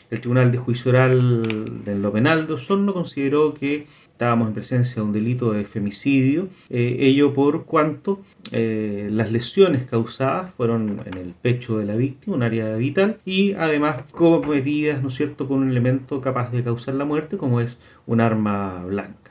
el Tribunal de Juicio Oral de lo Penal de Osorno consideró que estábamos en presencia de un delito de femicidio, ello por cuanto las lesiones causadas fueron en el pecho de la víctima, un área vital, y además cometidas, ¿no es cierto?, con un elemento capaz de causar la muerte, como es un arma blanca.